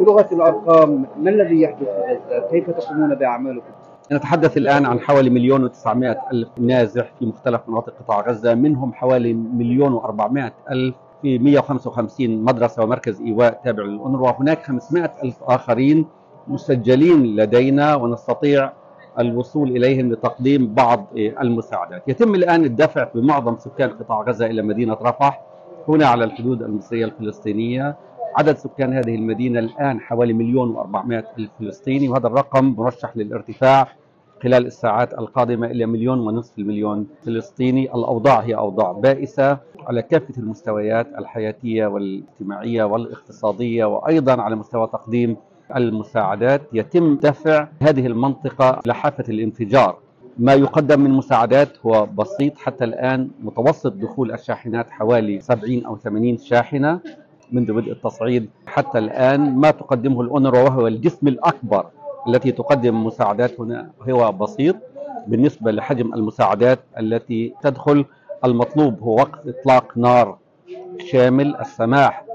بلغة الأرقام، ما الذي يحدث في غزة؟ كيف تقومون بأعمالكم؟ نتحدث الآن عن حوالي 1,900,000 نازح في مختلف مناطق قطاع غزة، منهم حوالي 1,400,000 في 155 مدرسة ومركز إيواء تابع للأونروا. هناك 500,000 آخرين مسجلين لدينا ونستطيع الوصول إليهم لتقديم بعض المساعدات. يتم الآن الدفع بمعظم سكان قطاع غزة إلى مدينة رفح هنا على الحدود المصرية الفلسطينية. عدد سكان هذه المدينة الآن حوالي 1,400,000 فلسطيني، وهذا الرقم مرشح للارتفاع خلال الساعات القادمة إلى 1,500,000 فلسطيني. الأوضاع هي أوضاع بائسة على كافة المستويات الحياتية والاجتماعية والاقتصادية، وأيضا على مستوى تقديم المساعدات. يتم دفع هذه المنطقة إلى حافة الانفجار. ما يقدم من مساعدات هو بسيط حتى الآن. متوسط دخول الشاحنات حوالي 70 أو 80 شاحنة منذ بدء التصعيد حتى الآن. ما تقدمه الأونروا وهو الجسم الأكبر التي تقدم مساعدات هنا هو بسيط بالنسبة لحجم المساعدات التي تدخل. المطلوب هو وقف إطلاق نار شامل، السماح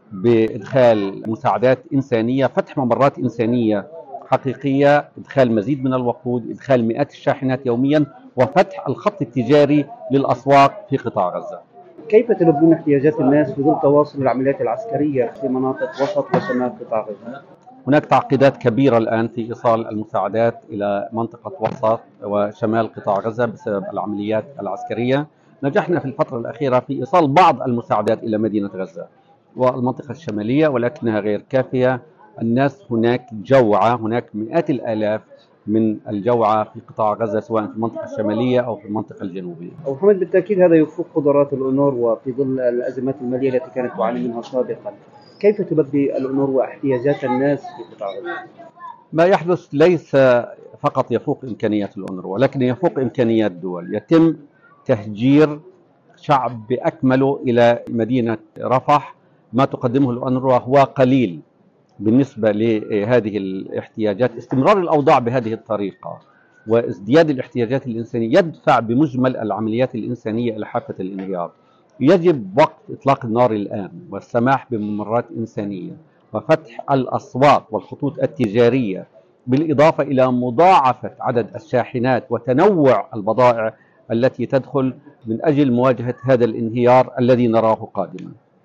بإدخال مساعدات إنسانية، فتح ممرات إنسانية حقيقية، إدخال مزيد من الوقود، إدخال مئات الشاحنات يوميا، وفتح الخط التجاري للأسواق في قطاع غزة. كيف تلبون احتياجات الناس في ظل تواصل العمليات العسكرية في مناطق وسط وشمال قطاع غزة؟ هناك تعقيدات كبيرة الآن في إيصال المساعدات إلى منطقة وسط وشمال قطاع غزة بسبب العمليات العسكرية. نجحنا في الفترة الأخيرة في إيصال بعض المساعدات إلى مدينة غزة والمنطقة الشمالية، ولكنها غير كافية. الناس هناك جوعى، هناك مئات الآلاف من الجوعى في قطاع غزة سواء في المنطقة الشمالية أو في المنطقة الجنوبية. أبو محمد، بالتأكيد هذا يفوق قدرات الأونروا في ظل الأزمات المالية التي كانت تعاني منها سابقا. كيف تلبي الأونروا احتياجات الناس في قطاع غزة؟ ما يحدث ليس فقط يفوق إمكانيات الأونروا، ولكن يفوق إمكانيات الدول. يتم تهجير شعب بأكمله إلى مدينة رفح. ما تقدمه الأونروا هو قليل بالنسبة لهذه الاحتياجات. استمرار الأوضاع بهذه الطريقة وازدياد الاحتياجات الإنسانية يدفع بمجمل العمليات الإنسانية إلى حافة الانهيار. يجب وقف إطلاق النار الآن والسماح بممرات إنسانية وفتح الأسواق والخطوط التجارية، بالإضافة إلى مضاعفة عدد الشاحنات وتنوع البضائع التي تدخل من أجل مواجهة هذا الانهيار الذي نراه قادما.